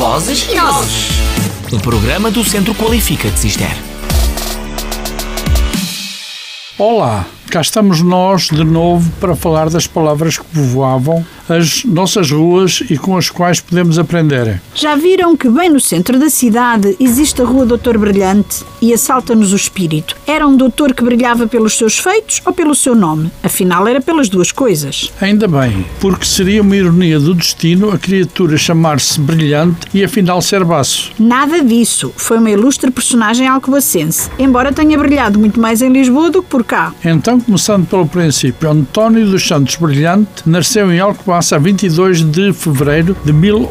Vozes e Nozes. Um programa do Centro Qualifica de Cister. Olá, cá estamos nós de novo para falar das palavras que povoavam as nossas ruas e com as quais podemos aprender. Já viram que bem no centro da cidade existe a Rua Doutor Brilhante e assalta-nos o espírito? Era um doutor que brilhava pelos seus feitos ou pelo seu nome? Afinal, era pelas duas coisas. Ainda bem, porque seria uma ironia do destino a criatura chamar-se Brilhante e afinal ser baço. Nada disso. Foi uma ilustre personagem alcobacense, embora tenha brilhado muito mais em Lisboa do que por cá. Então, começando pelo princípio, António dos Santos Brilhante nasceu em Alcobaça a 22 de fevereiro de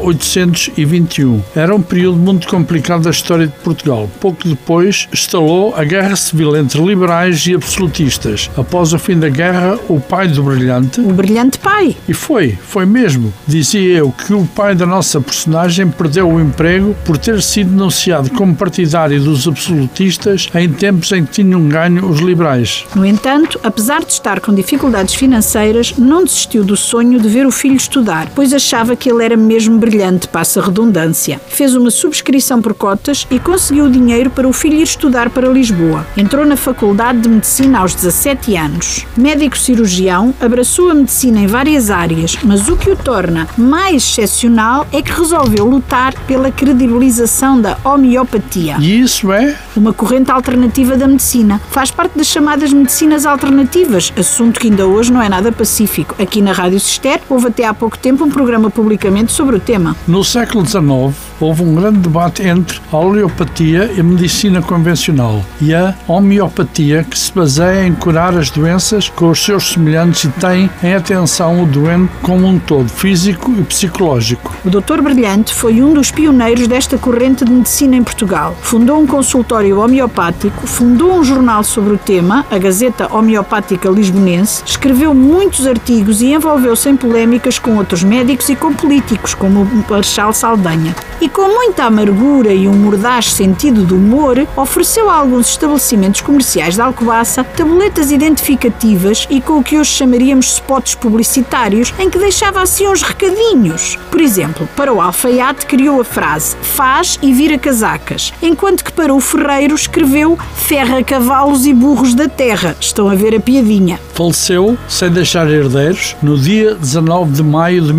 1821. Era um período muito complicado da história de Portugal. Pouco depois, estalou a Guerra Civil entre liberais e absolutistas. Após o fim da guerra, o pai do Brilhante... O Brilhante pai. E foi mesmo. Dizia eu que o pai da nossa personagem perdeu o emprego por ter sido denunciado como partidário dos absolutistas em tempos em que tinham ganho os liberais. No entanto, apesar de estar com dificuldades financeiras, não desistiu do sonho de ver o filho estudar, pois achava que ele era mesmo brilhante, passa a redundância. Fez uma subscrição por cotas e conseguiu o dinheiro para o filho ir estudar para Lisboa. Entrou na Faculdade de Medicina aos 17 anos. Médico cirurgião, abraçou a medicina em várias áreas, mas o que o torna mais excepcional é que resolveu lutar pela credibilização da homeopatia. E isso é? Uma corrente alternativa da medicina. Faz parte das chamadas medicinas alternativas, assunto que ainda hoje não é nada pacífico. Aqui na Rádio Cister houve até há pouco tempo um programa publicamente sobre o tema. No século XIX, houve um grande debate entre a homeopatia e a medicina convencional e a homeopatia, que se baseia em curar as doenças com os seus semelhantes e tem em atenção o doente como um todo, físico e psicológico. O Dr. Brilhante foi um dos pioneiros desta corrente de medicina em Portugal. Fundou um consultório homeopático, fundou um jornal sobre o tema, a Gazeta Homeopática Lisbonense, escreveu muitos artigos e envolveu-se em polémicas com outros médicos e com políticos, como o Marechal Saldanha. E com muita amargura e um mordaz sentido de humor, ofereceu a alguns estabelecimentos comerciais de Alcobaça tabuletas identificativas e com o que hoje chamaríamos spots publicitários, em que deixava assim uns recadinhos. Por exemplo, para o alfaiate criou a frase "faz e vira casacas", enquanto que para o ferreiro escreveu "ferra cavalos e burros da terra". Estão a ver a piadinha. Faleceu, sem deixar herdeiros, no dia 19 de maio de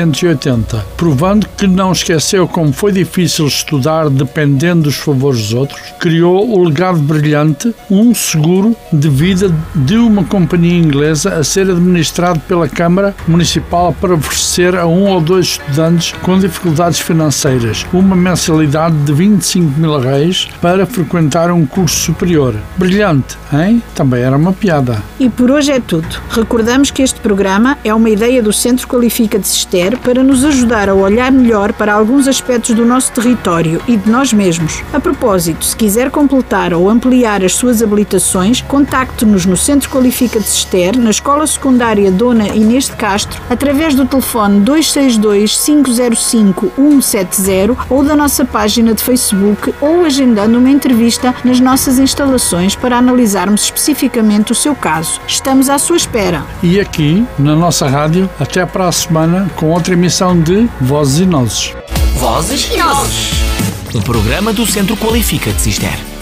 1880, provando que não esqueceu como foi difícil estudar dependendo dos favores dos outros. Criou o Legado Brilhante, um seguro de vida de uma companhia inglesa a ser administrado pela Câmara Municipal para oferecer a um ou dois estudantes com dificuldades financeiras uma mensalidade de 25.000 réis para frequentar um curso superior. Brilhante, hein? Também era uma piada. E por hoje é tudo. Recordamos que este programa é uma ideia do Centro Qualifica de Cister para nos ajudar a olhar melhor para alguns aspectos do nosso território e de nós mesmos. A propósito, se quiser completar ou ampliar as suas habilitações, contacte-nos no Centro Qualifica de Cister, na Escola Secundária Dona Inês de Castro, através do telefone 262 505 170 ou da nossa página de Facebook, ou agendando uma entrevista nas nossas instalações para analisarmos especificamente o seu caso. Estamos à sua espera. E aqui, na nossa rádio, até para a semana com outra emissão de Vozes e Nozes. Vozes e Nozes. Um programa do Centro Qualifica de Cister.